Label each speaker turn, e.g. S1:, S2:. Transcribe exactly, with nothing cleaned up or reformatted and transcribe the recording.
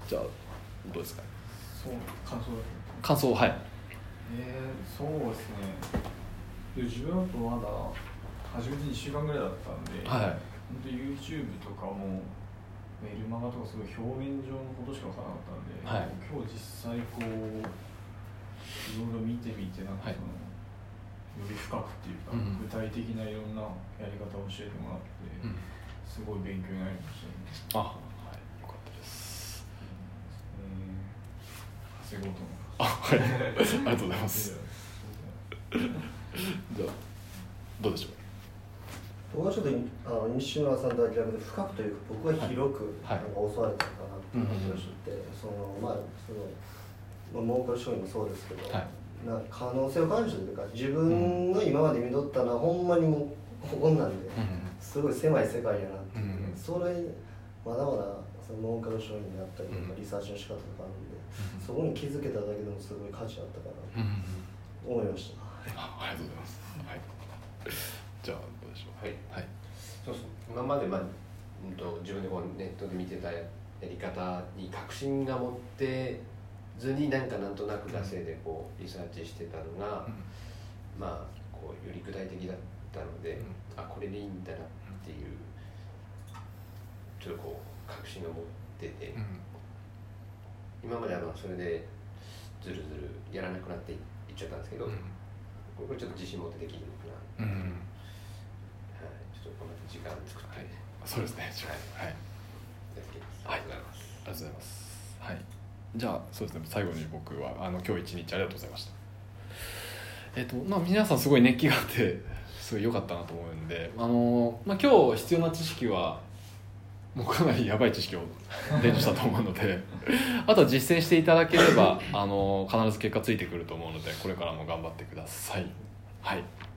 S1: じゃあどうですかね。
S2: そう感想だと
S1: 感想。はい。
S2: えー、そうですね。で自分だとまだ始めていっしゅうかんぐらいだったんで、
S1: はい、
S2: 本当 YouTube とかもメルマガとかすごい表面上のことしか分からなかったんで、はい、今日実際こういろいろ見てみてなんかその、はい、より深くっていうか、うん、具体的ないろんなやり方を教えてもらって、うん、すごい勉強になりましたね。あ、はい、よかったです。えー、稼ごうと思います。あ、はい、ありがとうございます。じゃあどうでしょう。
S3: 僕はちょっとあの西村さんとは逆で深くというか僕は広くなんか教われたかなっていう気がして、そのまあそのまあ儲かる商品もそうですけど、はい、な可能性を感じるというか自分の今まで見とったのはほんまにもうこんなんですごい狭い世界やなっていう、うん、それまだまだその儲かる商品であったりとか、うん、リサーチの仕方とかあるんで、うん、そこに気づけただけでもすごい価値あったかなと思いました。
S1: あ, ありがとうございます。はい、じゃあどうでしょう。
S4: はい、はい、そうそう今まで、まあうん、と自分でこうネットで見てたやり方に確信が持ってずになんかなんとなく惰性でこうリサーチしてたのが、うん、まあこうより具体的だったので、うん、あこれでいいんだなっていうちょっとこう確信を持ってて、うん、今まではまあそれでずるずるやらなくなっていっちゃったんですけど、うん、これちょっと自信持ってできるのかな、うん、はい、ちょっとこの時間作って、はい、
S1: そうですね、はい、はい、
S4: やってきます。ありがとうございます。
S1: ありがとうございます。はい、じゃあそうですね、最後に僕はあの今日一日ありがとうございました。えっとまあ皆さんすごい熱気があってすごい良かったなと思うんで、あのまあ今日必要な知識はもうかなりやばい知識を伝授したと思うのであとは実践していただければあの必ず結果ついてくると思うのでこれからも頑張ってください。はい。